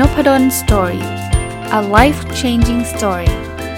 Noppadan Story. A life-changing story.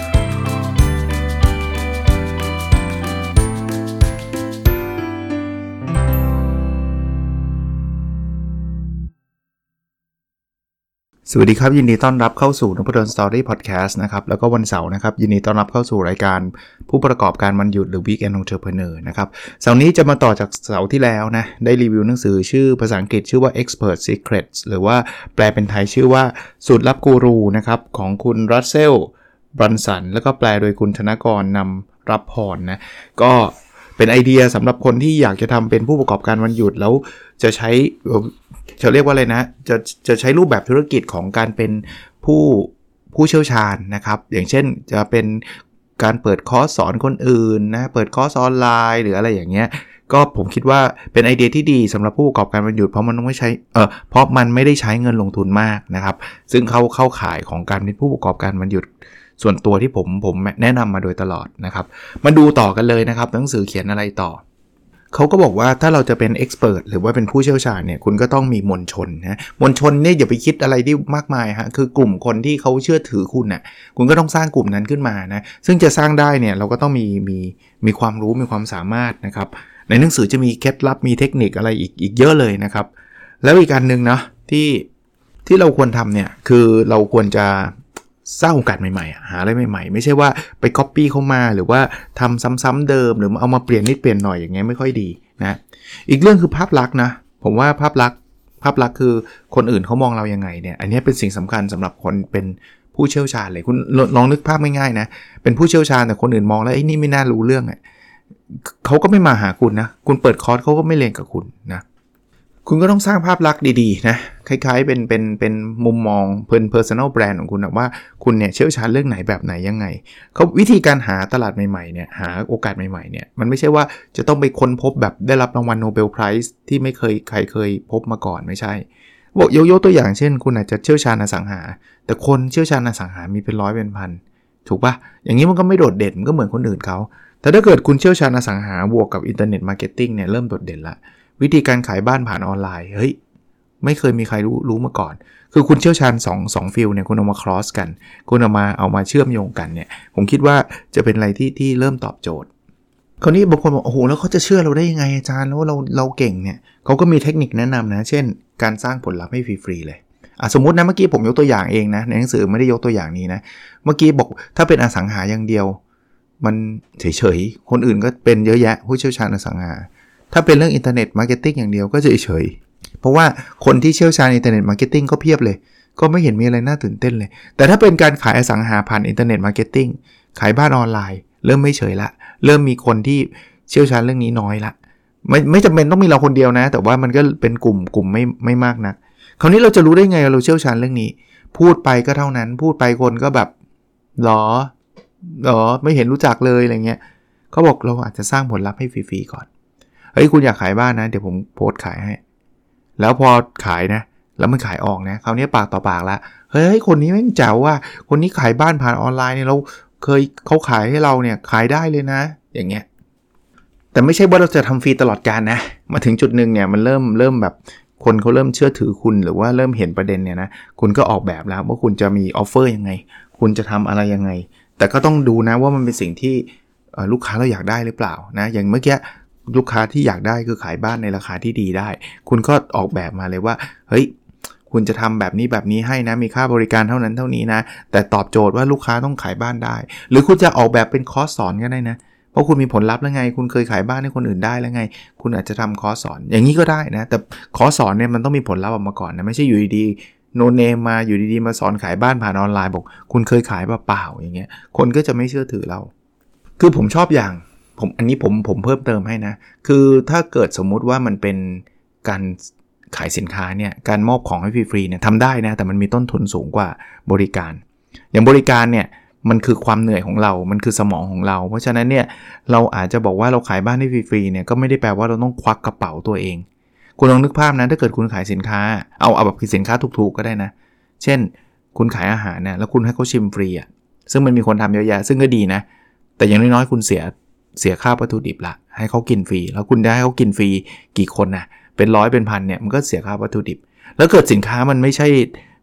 สวัสดีครับยินดีต้อนรับเข้าสู่ Noppadan Story Podcast นะครับแล้วก็วันเสาร์นะครับยินดีต้อนรับเข้าสู่รายการผู้ประกอบการวันหยุดหรือ Weekend Entrepreneur นะครับเสาร์นี้จะมาต่อจากเสาร์ที่แล้วนะได้รีวิวหนังสือชื่อภาษาอังกฤษชื่อว่า Expert Secrets หรือว่าแปลเป็นไทยชื่อว่าสูตรลับกูรูนะครับของคุณรัสเซลบรันสันแล้วก็แปลโดยคุณธนกรนำรับพรนะก็เป็นไอเดียสำหรับคนที่อยากจะทำเป็นผู้ประกอบการวันหยุดแล้วจะใช้จะเรียกว่าอะไรนะจะใช้รูปแบบธุรกิจของการเป็นผู้เชี่ยวชาญนะครับอย่างเช่นจะเป็นการเปิดคอร์สสอนคนอื่นนะเปิดคอร์สออนไลน์หรืออะไรอย่างเงี้ยก็ผมคิดว่าเป็นไอเดียที่ดีสำหรับผู้ประกอบการวันหยุดเพราะมันไม่ใช้เพราะมันไม่ได้ใช้เงินลงทุนมากนะครับซึ่งเข้าข่ายของการเป็นผู้ประกอบการวันหยุดส่วนตัวที่ผมแนะนำมาโดยตลอดนะครับมาดูต่อกันเลยนะครับหนังสือเขียนอะไรต่อเขาก็บอกว่าถ้าเราจะเป็นเอ็กซ์เพิร์ทหรือว่าเป็นผู้เชี่ยวชาญเนี่ยคุณก็ต้องมีมวลชนนะมวลชนเนี่ยอย่าไปคิดอะไรที่มากมายฮะคือกลุ่มคนที่เขาเชื่อถือคุณน่ะคุณก็ต้องสร้างกลุ่มนั้นขึ้นมานะซึ่งจะสร้างได้เนี่ยเราก็ต้องมีความรู้มีความสามารถนะครับในหนังสือจะมีเคล็ดลับมีเทคนิคอะไรอีกเยอะเลยนะครับแล้วอีกอันนึงนะที่เราควรทำเนี่ยคือเราควรจะสร้างโอกาสใหม่ๆหาอะไรใหม่ๆไม่ใช่ว่าไปก๊อปปี้เข้ามาหรือว่าทำซ้ำๆเดิมหรือเอามาเปลี่ยนนิดเปลี่ยนหน่อยอย่างเงี้ยไม่ค่อยดีนะอีกเรื่องคือภาพลักษณ์นะผมว่าภาพลักษณ์คือคนอื่นเขามองเรายังไงเนี่ยอันนี้เป็นสิ่งสำคัญสำหรับคนเป็นผู้เชี่ยวชาญเลยคุณลองนึกภาพง่ายๆนะเป็นผู้เชี่ยวชาญแต่คนอื่นมองแล้วไอ้นี่ไม่น่ารู้เรื่องอ่ะเขาก็ไม่มาหาคุณนะคุณเปิดคอร์สเขาก็ไม่เรียนกับคุณนะคุณก็ต้องสร้างภาพลักษณ์ดีๆนะคล้ายๆเป็นมุมมองpersonal brand ของคุณนะว่าคุณเนี่ยเชี่ยวชาญเรื่องไหนแบบไหนยังไงเขาวิธีการหาตลาดใหม่ๆเนี่ยหาโอกาสใหม่ๆเนี่ยมันไม่ใช่ว่าจะต้องไปค้นพบแบบได้รับรางวัลโนเบลไพรส์ที่ไม่เคยใครเคยพบมาก่อนไม่ใช่บอกยกตัวอย่างเช่นคุณอาจจะเชี่ยวชาญอสังหาแต่คนเชี่ยวชาญอสังหามีเป็นร้อยเป็นพันถูกป่ะอย่างนี้มันก็ไม่โดดเด่นมันก็เหมือนคนอื่นเขาแต่ถ้าเกิดคุณเชี่ยวชาญอสังหาบวกกับอินเทอร์เน็ตมาร์เก็ตติ้งเนี่ยเริ่มโดดเด่นละวิธีการขายบ้านผ่านออนไลน์เฮ้ยไม่เคยมีใครรู้มาก่อนคือคุณเชี่ยวชาญ2ฟิลเนี่ยคุณเอามาครอสกันคุณเอามาเชื่อมโยงกันเนี่ยผมคิดว่าจะเป็นอะไรที่เริ่มตอบโจทย์คราวนี้บางคนบอกโอ้โหแล้วเขาจะเชื่อเราได้ยังไงอาจารย์แล้วเราเก่งเนี่ยเขาก็มีเทคนิคแนะนำนะเช่นการสร้างผลลัพธ์ให้ฟรีๆเลยสมมุตินะเมื่อกี้ผมยกตัวอย่างเองนะในหนังสือไม่ได้ยกตัวอย่างนี้นะเมื่อกี้บอกถ้าเป็นอสังหาอย่างเดียวมันเฉยๆคนอื่นก็เป็นเยอะแยะผู้เชี่ยวชาญอสังหาถ้าเป็นเรื่องอินเทอร์เน็ตมาร์เก็ตติ้งอย่างเดียวก็จะเฉยๆเพราะว่าคนที่เชี่ยวชาญอินเทอร์เน็ตมาร์เก็ตติ้งก็เพียบเลยก็ไม่เห็นมีอะไรน่าตื่นเต้นเลยแต่ถ้าเป็นการขายอสังหาผ่านอินเทอร์เน็ตมาร์เก็ตติ้งขายบ้านออนไลน์เริ่มไม่เฉยละเริ่มมีคนที่เชี่ยวชาญเรื่องนี้น้อยละไม่จำเป็นต้องมีเราคนเดียวนะแต่ว่ามันก็เป็นกลุ่มไม่มากนักคราวนี้เราจะรู้ได้ไงเราเชี่ยวชาญเรื่องนี้พูดไปก็เท่านั้นพูดไปคนก็แบบหรอไม่เห็นรู้จักเลยอะไรเงี้ยเขาบอกเราอาจจะสร้างผลลัพธ์ให้ฟรีๆก่อนเฮ้ยคุณอยากขายบ้านนะเดี๋ยวผมโพสต์ขายให้แล้วพอขายนะแล้วมันขายออกนะคราวนี้ปากต่อปากละเฮ้ยคนนี้แม่งเจ๋วว่ะคนนี้ขายบ้านผ่านออนไลน์เนี่ยเราเขาขายให้เราเนี่ยขายได้เลยนะอย่างเงี้ยแต่ไม่ใช่ว่าเราจะทำฟรีตลอดกาลนะมาถึงจุดนึงเนี่ยมันเริ่มแบบคนเขาเริ่มเชื่อถือคุณหรือว่าเริ่มเห็นประเด็นเนี่ยนะคุณก็ออกแบบแล้วว่าคุณจะมีออฟเฟอร์ยังไงคุณจะทำอะไรยังไงแต่ก็ต้องดูนะว่ามันเป็นสิ่งที่ลูกค้าเราอยากได้หรือเปล่านะอย่างเมื่อกี้ลูกค้าที่อยากได้คือขายบ้านในราคาที่ดีได้คุณก็ออกแบบมาเลยว่าเฮ้ยคุณจะทำแบบนี้ให้นะมีค่าบริการเท่านั้นเท่านี้นะแต่ตอบโจทย์ว่าลูกค้าต้องขายบ้านได้หรือคุณจะออกแบบเป็นคอร์สสอนก็ได้นะเพราะคุณมีผลลัพธ์แล้วไงคุณเคยขายบ้านให้คนอื่นได้แล้วไงคุณอาจจะทำคอร์สสอนอย่างนี้ก็ได้นะแต่คอร์สสอนเนี่ยมันต้องมีผลลัพธ์ออกมาก่อนนะไม่ใช่อยู่ดีๆโนเนมมาอยู่ดีๆมาสอนขายบ้านผ่านออนไลน์บอกคุณเคยขายเปล่าๆอย่างเงี้ยคนก็จะไม่เชื่อถือเราคือผมชอบอย่างอันนี้ผมเพิ่มเติมให้นะคือถ้าเกิดสมมุติว่ามันเป็นการขายสินค้าเนี่ยการมอบของให้ฟรีๆเนี่ยทำได้นะแต่มันมีต้นทุนสูงกว่าบริการอย่างบริการเนี่ยมันคือความเหนื่อยของเรามันคือสมองของเราเพราะฉะนั้นเนี่ยเราอาจจะบอกว่าเราขายบ้านให้ฟรีๆเนี่ยก็ไม่ได้แปลว่าเราต้องควักกระเป๋าตัวเองคุณลองนึกภาพนะถ้าเกิดคุณขายสินค้าเอาแบบสินค้าถูกๆก็ได้นะเช่นคุณขายอาหารเนี่ยแล้วคุณให้เขาชิมฟรีอ่ะซึ่งมันมีคนทำเยอะแยะซึ่งก็ดีนะแต่อย่างน้อยๆคุณเสียค่าวัตถุดิบละให้เขากินฟรีแล้วคุณได้ให้เขากินฟรีกี่คนนะเป็นร้อยเป็นพันเนี่ยมันก็เสียค่าวัตถุดิบแล้วเกิดสินค้ามันไม่ใช่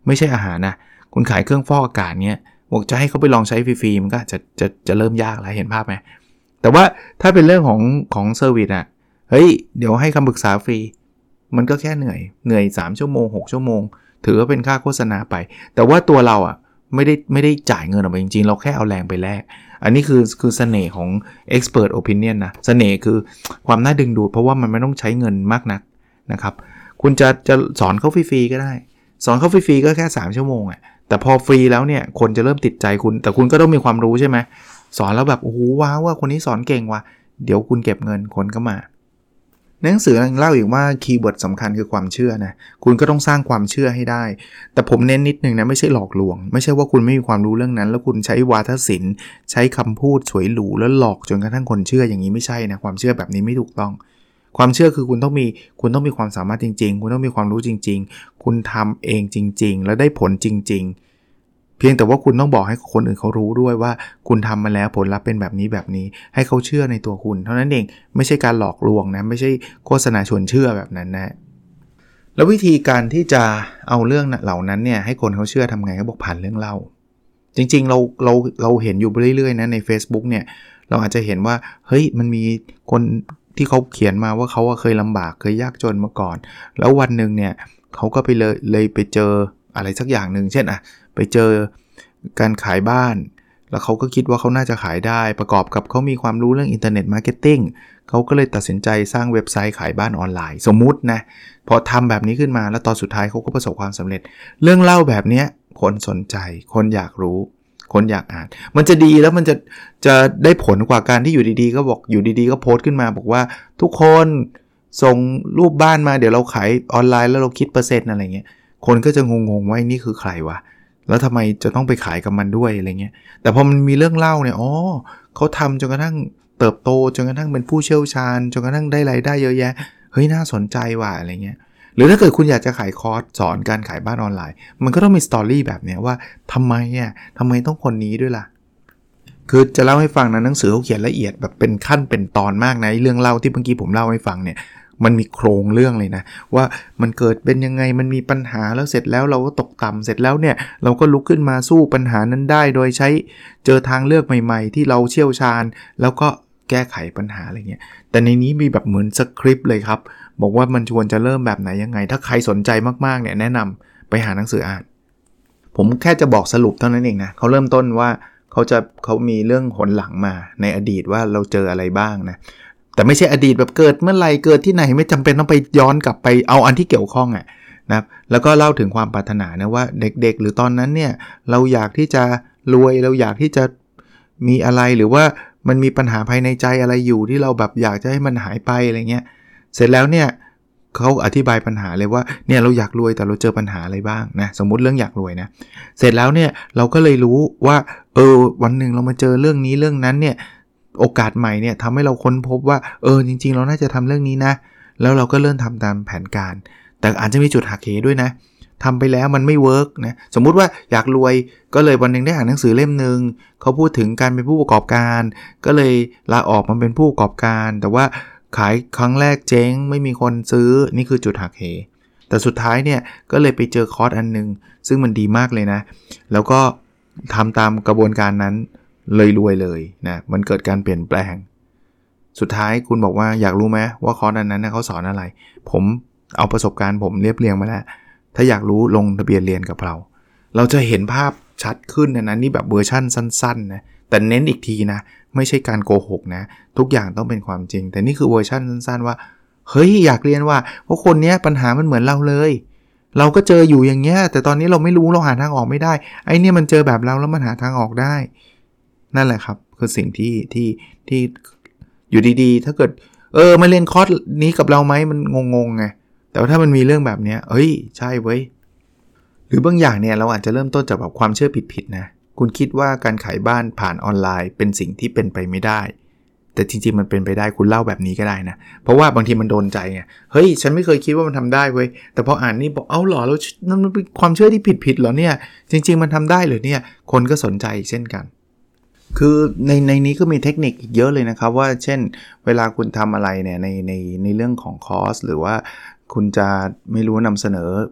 ไม่ใช่อาหารนะคุณขายเครื่องฟอกอากาศเนี้ยบอกจะให้เขาไปลองใช้ฟรีๆมันก็จะเริ่มยากแล้วเห็นภาพไหมแต่ว่าถ้าเป็นเรื่องของเซอร์วิสอ่ะเฮ้ยเดี๋ยวให้คำปรึกษาฟรีมันก็แค่เหนื่อย3ชั่วโมง6ชั่วโมงถือว่าเป็นค่าโฆษณาไปแต่ว่าตัวเราอ่ะไม่ได้จ่ายเงินออกไปจริงๆเราแค่เอาแรงไปแลกอันนี้คือเสน่ห์ของ expert opinion นะเสน่ห์คือความน่าดึงดูดเพราะว่ามันไม่ต้องใช้เงินมากนักนะครับคุณจะสอนเขาฟรีๆก็ได้สอนเขาฟรีๆก็แค่3ชั่วโมงอ่ะแต่พอฟรีแล้วเนี่ยคนจะเริ่มติดใจคุณแต่คุณก็ต้องมีความรู้ใช่ไหมสอนแล้วแบบโอ้โหว้าวว่าคนนี้สอนเก่งว่ะเดี๋ยวคุณเก็บเงินคนก็มาหนังสือเล่าอีกว่าคีย์เวิร์ดสำคัญคือความเชื่อนะคุณก็ต้องสร้างความเชื่อให้ได้แต่ผมเน้นนิดนึงนะไม่ใช่หลอกลวงไม่ใช่ว่าคุณไม่มีความรู้เรื่องนั้นแล้วคุณใช้วาทศิลป์ใช้คำพูดสวยหรูแล้วหลอกจนกระทั่งคนเชื่ออย่างนี้ไม่ใช่นะความเชื่อแบบนี้ไม่ถูกต้องความเชื่อคือคุณต้องมีความสามารถจริงๆคุณต้องมีความรู้จริงๆคุณทำเองจริงๆแล้วได้ผลจริงๆเพียงแต่ว่าคุณต้องบอกให้คนอื่นเขารู้ด้วยว่าคุณทำมาแล้วผลลัพธ์เป็นแบบนี้ให้เขาเชื่อในตัวคุณเท่านั้นเองไม่ใช่การหลอกลวงนะไม่ใช่โฆษณาชวนเชื่อแบบนั้นนะแล้ววิธีการที่จะเอาเรื่องเหล่านั้นเนี่ยให้คนเขาเชื่อทำไงเขาบอกผ่านเรื่องเล่าจริงๆเราเห็นอยู่เรื่อยๆนะใน Facebook เนี่ยเราอาจจะเห็นว่าเฮ้ยมันมีคนที่เขาเขียนมาว่าเขาเคยลำบากเคยยากจนมาก่อนแล้ววันนึงเนี่ยเขาก็ไปเลยไปเจออะไรสักอย่างนึงเช่นไปเจอการขายบ้านแล้วเขาก็คิดว่าเขาน่าจะขายได้ประกอบกับเขามีความรู้เรื่องอินเทอร์เน็ตมาร์เก็ตติ้งเขาก็เลยตัดสินใจสร้างเว็บไซต์ขายบ้านออนไลน์สมมุตินะพอทำแบบนี้ขึ้นมาแล้วตอนสุดท้ายเขาก็ประสบความสำเร็จเรื่องเล่าแบบนี้คนสนใจคนอยากรู้คนอยากอ่านมันจะดีแล้วมันจะได้ผลกว่าการที่อยู่ดีๆก็บอกอยู่ดีๆก็โพสต์ขึ้นมาบอกว่าทุกคนส่งรูปบ้านมาเดี๋ยวเราขายออนไลน์แล้วเราคิดเปอร์เซ็นต์อะไรเงี้ยคนก็จะงงๆว่านี่คือใครวะแล้วทำไมจะต้องไปขายกับมันด้วยอะไรเงี้ยแต่พอมันมีเรื่องเล่าเนี่ยเขาทำจนกระทั่งเติบโตจนกระทั่งเป็นผู้เชี่ยวชาญจนกระทั่งได้รายได้เยอะแยะเฮ้ยน่าสนใจว่ะอะไรเงี้ยหรือถ้าเกิดคุณอยากจะขายคอร์สสอนการขายบ้านออนไลน์มันก็ต้องมีสตอรี่แบบนี้ว่าทำไมต้องคนนี้ด้วยล่ะคือจะเล่าให้ฟังนะหนังสือเขาเขียนละเอียดแบบเป็นขั้นเป็นตอนมากนะเรื่องเล่าที่เมื่อกี้ผมเล่าให้ฟังเนี่ยมันมีโครงเรื่องเลยนะว่ามันเกิดเป็นยังไงมันมีปัญหาแล้วเสร็จแล้วเราก็ตกต่ำเสร็จแล้วเนี่ยเราก็ลุกขึ้นมาสู้ปัญหานั้นได้โดยใช้เจอทางเลือกใหม่ๆที่เราเชี่ยวชาญแล้วก็แก้ไขปัญหาอะไรเงี้ยแต่ในนี้มีแบบเหมือนสคริปต์เลยครับบอกว่ามันควรจะเริ่มแบบไหนยังไงถ้าใครสนใจมากๆเนี่ยแนะนำไปหาหนังสืออ่านผมแค่จะบอกสรุปเท่านั้นเองนะเขาเริ่มต้นว่าเขามีเรื่องหนหลังมาในอดีตว่าเราเจออะไรบ้างนะแต่ไม่ใช่อดีตแบบเกิดเมื่อไหร่เกิดที่ไหนไม่จำเป็นต้องไปย้อนกลับไปเอาอันที่เกี่ยวข้องนะครับแล้วก็เล่าถึงความปรารถนานะว่าเด็กๆหรือตอนนั้นเนี่ยเราอยากที่จะรวยเราอยากที่จะมีอะไรหรือว่ามันมีปัญหาภายในใจอะไรอยู่ที่เราแบบอยากจะให้มันหายไปอะไรเงี้ยเสร็จแล้วเนี่ยเขาอธิบายปัญหาเลยว่าเนี่ยเราอยากรวยแต่เราเจอปัญหาอะไรบ้างนะสมมุติเรื่องอยากรวยนะเสร็จแล้วเนี่ยเราก็เลยรู้ว่าวันหนึ่งเรามาเจอเรื่องนี้เรื่องนั้นเนี่ยโอกาสใหม่เนี่ยทำให้เราค้นพบว่าจริงๆเราน่าจะทำเรื่องนี้นะแล้วเราก็เริ่มทำตามแผนการแต่อาจจะมีจุดหักเหด้วยนะทำไปแล้วมันไม่เวิร์กนะสมมุติว่าอยากรวยก็เลยวันนึงได้อ่านหนังสือเล่มนึงเขาพูดถึงการเป็นผู้ประกอบการก็เลยลาออกมาเป็นผู้ประกอบการแต่ว่าขายครั้งแรกเจ๊งไม่มีคนซื้อนี่คือจุดหักเหแต่สุดท้ายเนี่ยก็เลยไปเจอคอร์สอันนึงซึ่งมันดีมากเลยนะแล้วก็ทำตามกระบวนการนั้นเลยรวยเลยนะมันเกิดการเปลี่ยนแปลงสุดท้ายคุณบอกว่าอยากรู้ไหมว่าคอร์สอันนั้นเขาสอนอะไรผมเอาประสบการณ์ผมเรียบเรียงมาแล้วถ้าอยากรู้ลงทะเบียนเรียนกับเราจะเห็นภาพชัดขึ้นนะนี่แบบเวอร์ชั่นสั้นๆนะแต่เน้นอีกทีนะไม่ใช่การโกหกนะทุกอย่างต้องเป็นความจริงแต่นี่คือเวอร์ชั่นสั้นๆว่าเฮ้ยอยากเรียนว่าเพราะคนนี้ปัญหามันเหมือนเราเลยเราก็เจออยู่อย่างเงี้ยแต่ตอนนี้เราไม่รู้เราหาทางออกไม่ได้ไอ้นี่มันเจอแบบเราแล้วมันหาทางออกได้นั่นแหละครับคือสิ่งที่อยู่ดีๆถ้าเกิดมาเรียนคอร์สนี้กับเราไหมมันงงๆไงแต่ถ้ามันมีเรื่องแบบนี้ใช่เว้ยหรือบางอย่างเนี่ยเราอาจจะเริ่มต้นจากแบบความเชื่อผิดๆนะคุณคิดว่าการขายบ้านผ่านออนไลน์เป็นสิ่งที่เป็นไปไม่ได้แต่จริงๆมันเป็นไปได้คุณเล่าแบบนี้ก็ได้นะเพราะว่าบางทีมันโดนใจไงเฮ้ยฉันไม่เคยคิดว่ามันทำได้เว้ยแต่พออ่านนี่บอกเอ้าเหรอแล้วนั่นมันเป็นความเชื่อที่ผิดเหรอเนี่ยจริงๆมันทำได้เหรอเนี่ยคนก็สนใจอีกเช่นกันคือในนี้ก็มีเทคนิคอีกเยอะเลยนะครับว่าเช่นเวลาคุณทำอะไรเนี่ยในเรื่องของคอร์สหรือว่าคุณจะไม่รู้นำเสนอ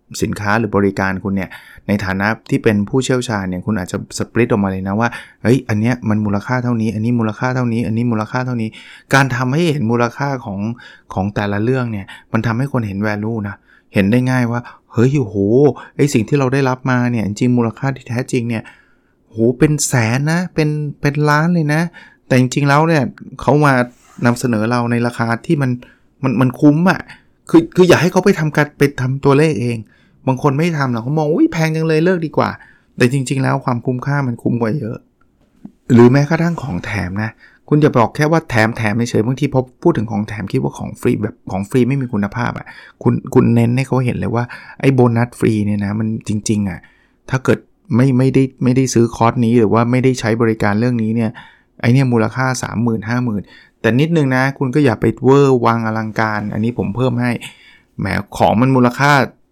สินค้าหรือบริการคุณเนี่ยในฐานะที่เป็นผู้เชี่ยวชาญเนี่ยคุณอาจจะสปลิตออกมาเลยนะว่าเฮ้ยอันเนี้ยมันมูลค่าเท่านี้อันนี้มูลค่าเท่านี้อันนี้มูลค่าเท่านี้การทำให้เห็นมูลค่าของแต่ละเรื่องเนี่ยมันทำให้คนเห็น value นะเห็นได้ง่ายว่าเฮ้ยโหไอสิ่งที่เราได้รับมาเนี่ยจริงมูลค่าที่แท้จริงเนี่ยโหเป็นแสนนะเป็นล้านเลยนะแต่จริงๆแล้วเนี่ยเขามานำเสนอเราในราคาที่มันคุ้มอ่ะคืออยากให้เขาไปทำตัวเลขเองบางคนไม่ทำหรอกเขามองอุ้ยแพงจังเลยเลิกดีกว่าแต่จริงๆแล้วความคุ้มค่ามันคุ้มกว่าเยอะหรือแม้กระทั่งของแถมนะคุณอย่าบอกแค่ว่าแถมไม่เฉยบางทีพอพูดถึงของแถมคิดว่าของฟรีแบบของฟรีไม่มีคุณภาพอ่ะคุณเน้นให้เขาเห็นเลยว่าไอ้โบนัสฟรีเนี่ยนะมันจริงๆอ่ะถ้าเกิดไม่ได้ซื้อคอร์สนี้หรือว่าไม่ได้ใช้บริการเรื่องนี้เนี่ยไอ้เนี่ยมูลค่า 30,000 50,000 แต่นิดนึงนะคุณก็อย่าไปเวอร์วังอลังการอันนี้ผมเพิ่มให้แหมของมันมูลค่า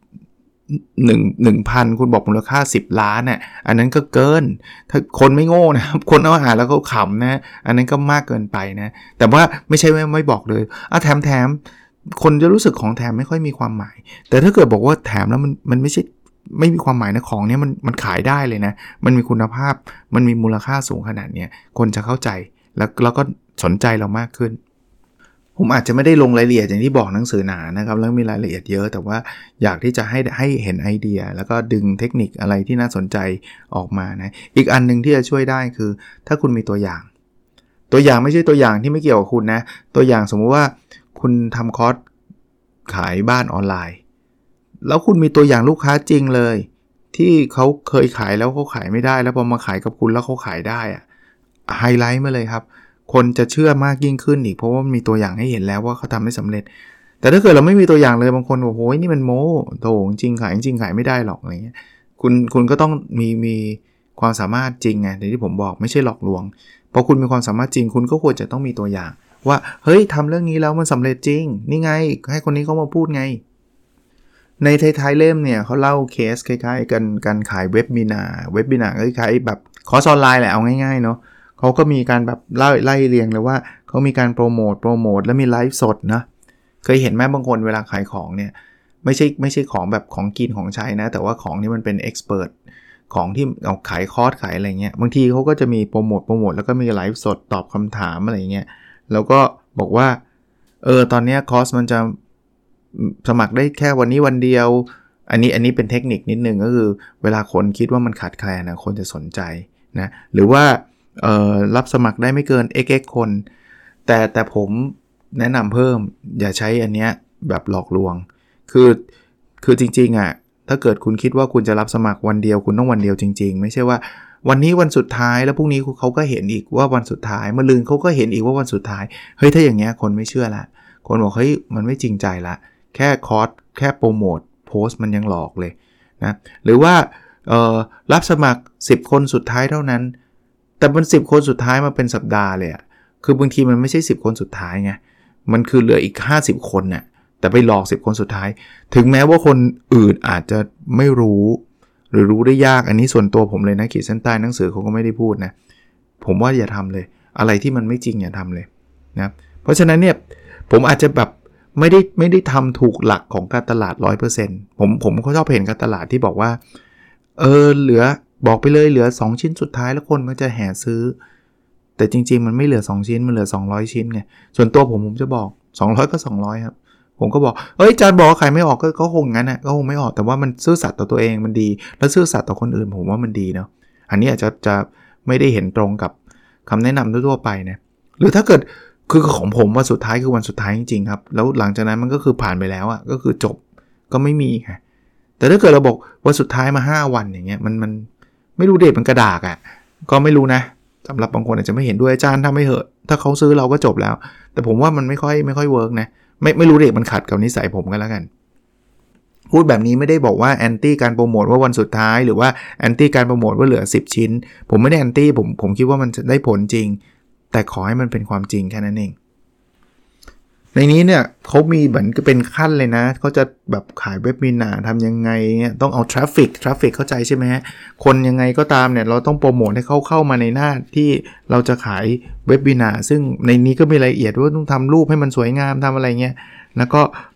1,000 คุณบอกมูลค่า10 ล้านน่ะอันนั้นก็เกินถ้าคนไม่โง่นะครับคนเอาหาแล้วเขาขำนะอันนั้นก็มากเกินไปนะแต่ว่าไม่ใช่ไม่บอกเลยแถมคนจะรู้สึกของแถมไม่ค่อยมีความหมายแต่ถ้าเกิดบอกว่าแถมแล้วมันไม่ใช่ไม่มีความหมายนะของเนี้ยมันขายได้เลยนะมันมีคุณภาพมันมีมูลค่าสูงขนาดเนี้ยคนจะเข้าใจแล้วก็สนใจเรามากขึ้นผมอาจจะไม่ได้ลงรายละเอียดอย่างที่บอกหนังสือหนานะครับแล้วมีรายละเอียดเยอะแต่ว่าอยากที่จะให้เห็นไอเดียแล้วก็ดึงเทคนิคอะไรที่น่าสนใจออกมานะอีกอันนึงที่จะช่วยได้คือถ้าคุณมีตัวอย่างไม่ใช่ตัวอย่างที่ไม่เกี่ยวกับคุณนะตัวอย่างสมมุติว่าคุณทำคอร์สขายบ้านออนไลน์แล้วคุณมีตัวอย่างลูกค้าจริงเลยที่เขาเคยขายแล้วเขาขายไม่ได้แล้วพอมาขายกับคุณแล้วเขาขายได้อะไฮไลท์มาเลยครับคนจะเชื่อมากยิ่งขึ้นอีกเพราะว่ามีตัวอย่างให้เห็นแล้วว่าเขาทำได้สำเร็จแต่ถ้าเกิดเราไม่มีตัวอย่างเลยบางคนบอกโอ้ยนี่มันโม้โถจริงขายไม่ได้หรอกอะไรเงี้ยคุณก็ต้องมีความสามารถจริงไงที่ผมบอกไม่ใช่หลอกลวงพอคุณมีความสามารถจริงคุณก็ควรจะต้องมีตัวอย่างว่าเฮ้ยทำเรื่องนี้แล้วมันสำเร็จจริงนี่ไงให้คนนี้เขามาพูดไงในท้ายๆเล่มเนี่ยเขาเล่าเคสคล้ายๆกันการขายเว็บบินาคล้ายๆแบบคอร์สออนไลน์แหละเอาง่ายๆเนาะเขาก็มีการแบบไล่เรียงเลยว่าเขามีการโปรโมทแล้วมีไลฟ์สดนะเคยเห็นไหมบางคนเวลาขายของเนี่ยไม่ใช่ของแบบของกินของใช้นะแต่ว่าของที่มันเป็นเอ็กซ์เพิร์ทของที่เอาขายคอร์สขายอะไรเงี้ยบางทีเขาก็จะมีโปรโมทแล้วก็มีไลฟ์สดตอบคำถามอะไรเงี้ยแล้วก็บอกว่าตอนนี้คอร์สมันจะสมัครได้แค่วันนี้วันเดียวอันนี้เป็นเทคนิคนิดนึงก็คือเวลาคนคิดว่ามันขาดแคลนนะคนจะสนใจนะหรือว่ารับสมัครได้ไม่เกิน xx คนแต่ผมแนะนำเพิ่มอย่าใช้อันเนี้ยแบบหลอกลวงคือจริงๆอ่ะถ้าเกิดคุณคิดว่าคุณจะรับสมัครวันเดียวคุณต้องวันเดียวจริงๆไม่ใช่ว่าวันนี้วันสุดท้ายแล้วพรุ่งนี้เขาก็เห็นอีกว่าวันสุดท้ายมะรืนเขาก็เห็นอีกว่าวันสุดท้ายเฮ้ยถ้าอย่างเงี้ยคนไม่เชื่อละคนบอกเฮ้ยมันไม่จริงใจละแค่คอร์สแค่โปรโมทโพสต์มันยังหลอกเลยนะหรือว่ารับสมัคร10คนสุดท้ายเท่านั้นแต่มัน10คนสุดท้ายมาเป็นสัปดาห์เลยอ่ะคือบางทีมันไม่ใช่10คนสุดท้ายไงมันคือเหลืออีก50คนน่ะแต่ไปหลอก10คนสุดท้ายถึงแม้ว่าคนอื่นอาจจะไม่รู้หรือรู้ได้ยากอันนี้ส่วนตัวผมเลยนะขีดเส้นใต้หนังสือเขาก็ไม่ได้พูดนะผมว่าอย่าทำเลยอะไรที่มันไม่จริงอย่าทำเลยนะเพราะฉะนั้นเนี่ยผมอาจจะแบบไม่ได้ทำถูกหลักของการตลาด 100% ผมก็ชอบเห็นการตลาดที่บอกว่าเหลือบอกไปเลยเหลือ2ชิ้นสุดท้ายแล้วคนมันจะแห่ซื้อแต่จริงๆมันไม่เหลือ2ชิ้นมันเหลือ200ชิ้นไงส่วนตัวผมจะบอก200ก็200ครับผมก็บอกอาจารย์บอกว่าขายไม่ออกก็คงงั้นน่ะก็คงไม่ออกแต่ว่ามันซื่อสัตย์ต่อตัวเองมันดีแล้วซื่อสัตย์ต่อคนอื่นผมว่ามันดีเนาะอันนี้อาจจะไม่ได้เห็นตรงกับคำแนะนำทั่วไปนะหรือถ้าเกิดคือของผมวันสุดท้ายคือวันสุดท้ายจริงๆครับแล้วหลังจากนั้นมันก็คือผ่านไปแล้วอ่ะก็คือจบก็ไม่มีค่ะแต่ถ้าเกิดเราบอกวันสุดท้ายมา5วันอย่างเงี้ยมันไม่รู้เดทมันกระดากอ่ะก็ไม่รู้นะสำหรับบางคนอาจจะไม่เห็นด้วยอาจารย์ทำไม่เหอะถ้าเขาซื้อเราก็จบแล้วแต่ผมว่ามันไม่ค่อยเวิร์กนะไม่รู้เดทมันขัดกับนิสัยผมกันแล้วกันพูดแบบนี้ไม่ได้บอกว่าแอนตี้การโปรโมทว่าวันสุดท้ายหรือว่าแอนตี้การโปรโมทว่าเหลือ10ชิ้นผมไม่ได้แอนตี้ผมคิดว่ามันจะได้ผลจริงแต่ขอให้มันเป็นความจริงแค่นั้นเองในนี้เนี่ยเขามีเหมือนเป็นขั้นเลยนะเขาจะแบบขายเว็บมีนาทำยังไงเนี่ยต้องเอาทราฟฟิกเข้าใจใช่ไหมฮะคนยังไงก็ตามเนี่ยเราต้องโปรโมทให้เขาเข้ามาในหน้าที่เราจะขายเว็บมีนาซึ่งในนี้ก็มีรายละเอียดว่าต้องทำรูปให้มันสวยงามทำอะไรเงี้ยแล้วก็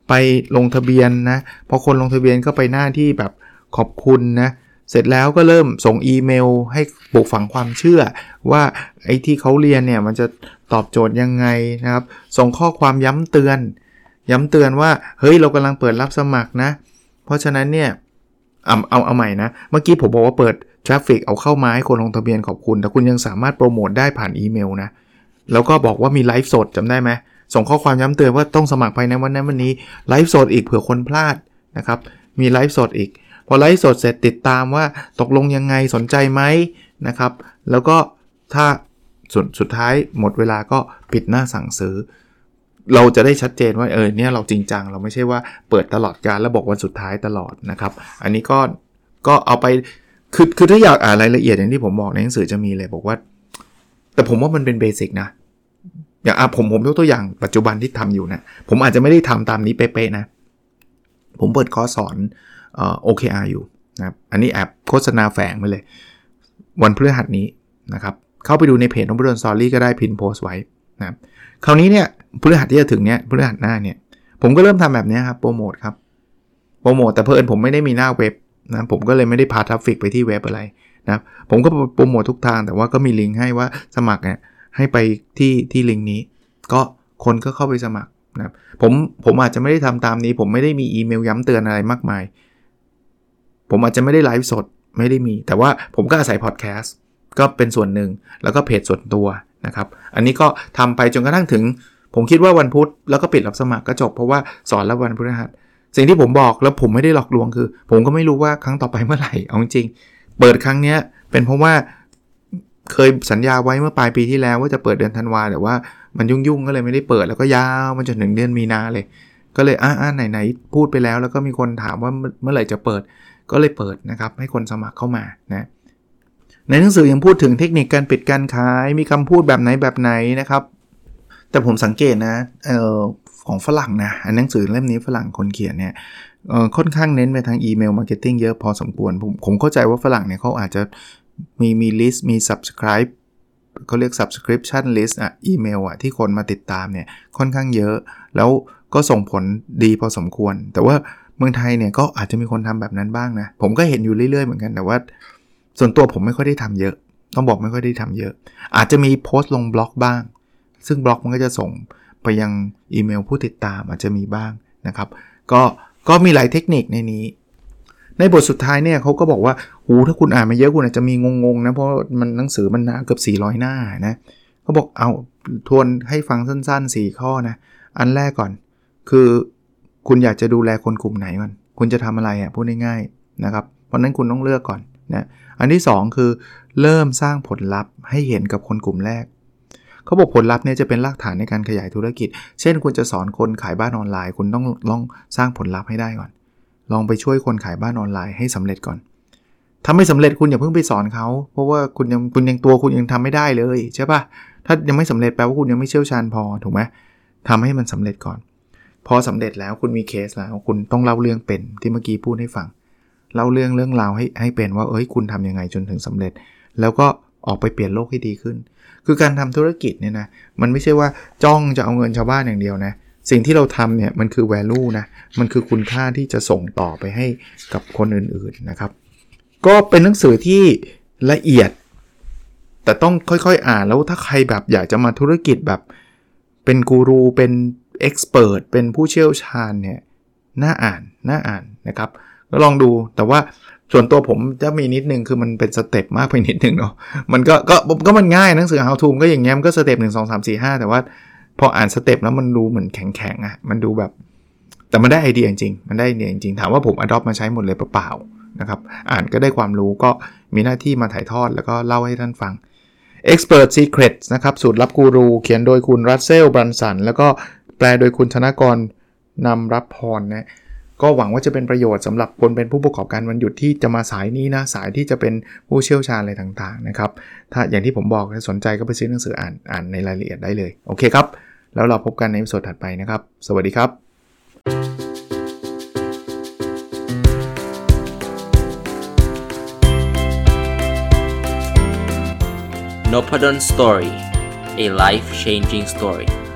ไปลงทะเบียนนะพอคนลงทะเบียนก็ไปหน้าที่แบบขอบคุณนะเสร็จแล้วก็เริ่มส่งอีเมลให้ปลูกฝังความเชื่อว่าไอ้ที่เขาเรียนเนี่ยมันจะตอบโจทย์ยังไงนะครับส่งข้อความย้ำเตือนว่าเฮ้ยเรากำลังเปิดรับสมัครนะเพราะฉะนั้นเนี่ยเอาใหม่นะเมื่อกี้ผมบอกว่าเปิดทราฟฟิกเอาเข้ามาให้คนลงทะเบียนขอบคุณแต่คุณยังสามารถโปรโมทได้ผ่านอีเมลนะแล้วก็บอกว่ามีไลฟ์สดจำได้ไหมส่งข้อความย้ำเตือนว่าต้องสมัครภายในวันนั้นวันนี้ไลฟ์สดอีกเผื่อคนพลาดนะครับมีไลฟ์สดอีกพอไลฟ์สดเสร็จติดตามว่าตกลงยังไงสนใจไหมนะครับแล้วก็ถ้าสุดท้ายหมดเวลาก็ปิดหน้าสั่งซื้อเราจะได้ชัดเจนว่าเนี่ยเราจริงจังเราไม่ใช่ว่าเปิดตลอดกาลแล้วบอกวันสุดท้ายตลอดนะครับอันนี้ก็เอาไปคือถ้าอยากอ่านรายละเอียดอย่างที่ผมบอกในหนังสือจะมีเลยบอกว่าแต่ผมว่ามันเป็นเบสิกนะอย่างผมยกตัวอย่างปัจจุบันที่ทำอยู่นะผมอาจจะไม่ได้ทำตามนี้เป๊ะๆนะผมเปิดคอร์สสอนOKR อยู่นะครับอันนี้แอบโฆษณาแฝงไปเลยวันพฤหัสนี้นะครับเข้าไปดูในเพจของNobodon Storyก็ได้พินโพสต์ไว้นะครับคราวนี้เนี่ยพฤหัสที่จะถึงเนี่ยพฤหัสหน้าเนี่ยผมก็เริ่มทำแบบนี้ครับโปรโมทแต่เพิ่นผมไม่ได้มีหน้าเว็บนะผมก็เลยไม่ได้พาทราฟฟิกไปที่เว็บอะไรนะผมก็โปรโมททุกทางแต่ว่าก็มีลิงก์ให้ว่าสมัครเนี่ยให้ไปที่ลิงก์นี้ก็คนก็เข้าไปสมัครนะครับผมอาจจะไม่ได้ทำตามนี้ผมไม่ได้มีอีเมลย้ำเตือนอะไรมากมายผมอาจจะไม่ได้ไลฟ์สดไม่ได้มีแต่ว่าผมก็อาศัยพอดแคสต์ก็เป็นส่วนหนึ่งแล้วก็เพจส่วนตัวนะครับอันนี้ก็ทำไปจนกระทั่งถึงผมคิดว่าวันพุธแล้วก็ปิดรับสมัครก็จบเพราะว่าสอนแล้ววันพฤหัสสิ่งที่ผมบอกแล้วผมไม่ได้หลอกลวงคือผมก็ไม่รู้ว่าครั้งต่อไปเมื่อไหร่เอาจริงเปิดครั้งนี้เป็นเพราะว่าเคยสัญญาไว้เมื่อปลายปีที่แล้วว่าจะเปิดเดือนธันวาแต่ว่ามันยุ่งก็เลยไม่ได้เปิดแล้วก็ยาวมาจนถึงเดือนมีนาเลยก็เลยไหนพูดไปแล้วก็มีคนถามว่าเมื่อไหร่จะเปิดก็เลยเปิดนะครับให้คนสมัครเข้ามานะในหนังสือยังพูดถึงเทคนิคการปิดการขายมีคำพูดแบบไหนนะครับแต่ผมสังเกตนะของฝรั่งนะหนังสือเล่มนี้ฝรั่งคนเขียนเนี่ยค่อนข้างเน้นไปทางอีเมลมาร์เก็ตติ้งเยอะพอสมควรผมเข้าใจว่าฝรั่งเนี่ยเขาอาจจะมีลิสต์มี subscribe เขาเรียก subscription list อีเมลที่คนมาติดตามเนี่ยค่อนข้างเยอะแล้วก็ส่งผลดีพอสมควรแต่ว่าเมืองไทยเนี่ยก็อาจจะมีคนทำแบบนั้นบ้างนะผมก็เห็นอยู่เรื่อยๆเหมือนกันแต่ว่าส่วนตัวผมไม่ค่อยได้ทำเยอะต้องบอกไม่ค่อยได้ทำเยอะอาจจะมีโพสต์ลงบล็อกบ้างซึ่งบล็อกมันก็จะส่งไปยังอีเมลผู้ติดตามอาจจะมีบ้างนะครับก็มีหลายเทคนิคในนี้ในบทสุดท้ายเนี่ยเขาก็บอกว่าถ้าคุณอ่านมาเยอะคุณอาจจะมีงงๆนะเพราะมันหนังสือมันหนาเกือบ400หน้านะเขาบอกเอาทวนให้ฟังสั้นๆ4ข้อนะอันแรกก่อนคือคุณอยากจะดูแลคนกลุ่มไหนมันคุณจะทำอะไรพูดง่ายๆนะครับเพราะนั้นคุณต้องเลือกก่อนนะอันที่2คือเริ่มสร้างผลลัพธ์ให้เห็นกับคนกลุ่มแรกเขาบอกผลลัพธ์เนี่ยจะเป็นรากฐานในการขยายธุรกิจเช่นคุณจะสอนคนขายบ้านออนไลน์คุณต้องลองสร้างผลลัพธ์ให้ได้ก่อนลองไปช่วยคนขายบ้านออนไลน์ให้สำเร็จก่อนถ้าไม่สำเร็จคุณอย่าเพิ่งไปสอนเขาเพราะว่าคุณยังตัวคุณยังทำไม่ได้เลยใช่ป่ะถ้ายังไม่สำเร็จแปลว่าคุณยังไม่เชี่ยวชาญพอถูกไหมทำให้มันสำเร็จก่อนพอสำเร็จแล้วคุณมีเคสแล้วคุณต้องเล่าเรื่องเป็นที่เมื่อกี้พูดให้ฟังเล่าเรื่องราวให้เป็นว่าคุณทำยังไงจนถึงสำเร็จแล้วก็ออกไปเปลี่ยนโลกให้ดีขึ้นคือการทำธุรกิจเนี่ยนะมันไม่ใช่ว่าจ้องจะเอาเงินชาวบ้านอย่างเดียวนะสิ่งที่เราทำเนี่ยมันคือ value นะมันคือคุณค่าที่จะส่งต่อไปให้กับคนอื่นๆนะครับก็เป็นหนังสือที่ละเอียดแต่ต้องค่อยๆอ่านแล้วถ้าใครแบบอยากจะมาธุรกิจแบบเป็นกูรูเป็นexpert เป็นผู้เชี่ยวชาญเนี่ยน่าอ่านนะครับก็ลองดูแต่ว่าส่วนตัวผมจะมีนิดนึงคือมันเป็นสเต็ปมากไปนิดนึงเนาะมันก็มันง่ายหนังสือ How to ก็อย่างเงี้ยมันก็สเต็ป1 2 3 4 5แต่ว่าพออ่านสเต็ปแล้วมันดูเหมือนแข็งๆมันดูแบบแต่มันได้ไอเดียจริงๆมันได้ไอเดียจริงๆถามว่าผม adopt มาใช้หมดเลยเปล่าๆนะครับอ่านก็ได้ความรู้ก็มีหน้าที่มาถ่ายทอดแล้วก็เล่าให้ท่านฟัง Expert Secrets นะครับสูตรลับกูรูเขียนโดยคุณรัสเซลบรันสันแล้วก็แปลโดยคุณธนกรนำรับพรนะก็หวังว่าจะเป็นประโยชน์สำหรับคนเป็นผู้ประกอบการวันหยุดที่จะมาสายนี้นะสายที่จะเป็นผู้เชี่ยวชาญอะไรต่างๆนะครับถ้าอย่างที่ผมบอกถ้าสนใจก็ไปซื้อหนังสืออ่านในรายละเอียดได้เลยโอเคครับแล้วเราพบกันในอีพิโซดถัดไปนะครับสวัสดีครับ Nobodon Story, a life-changing story.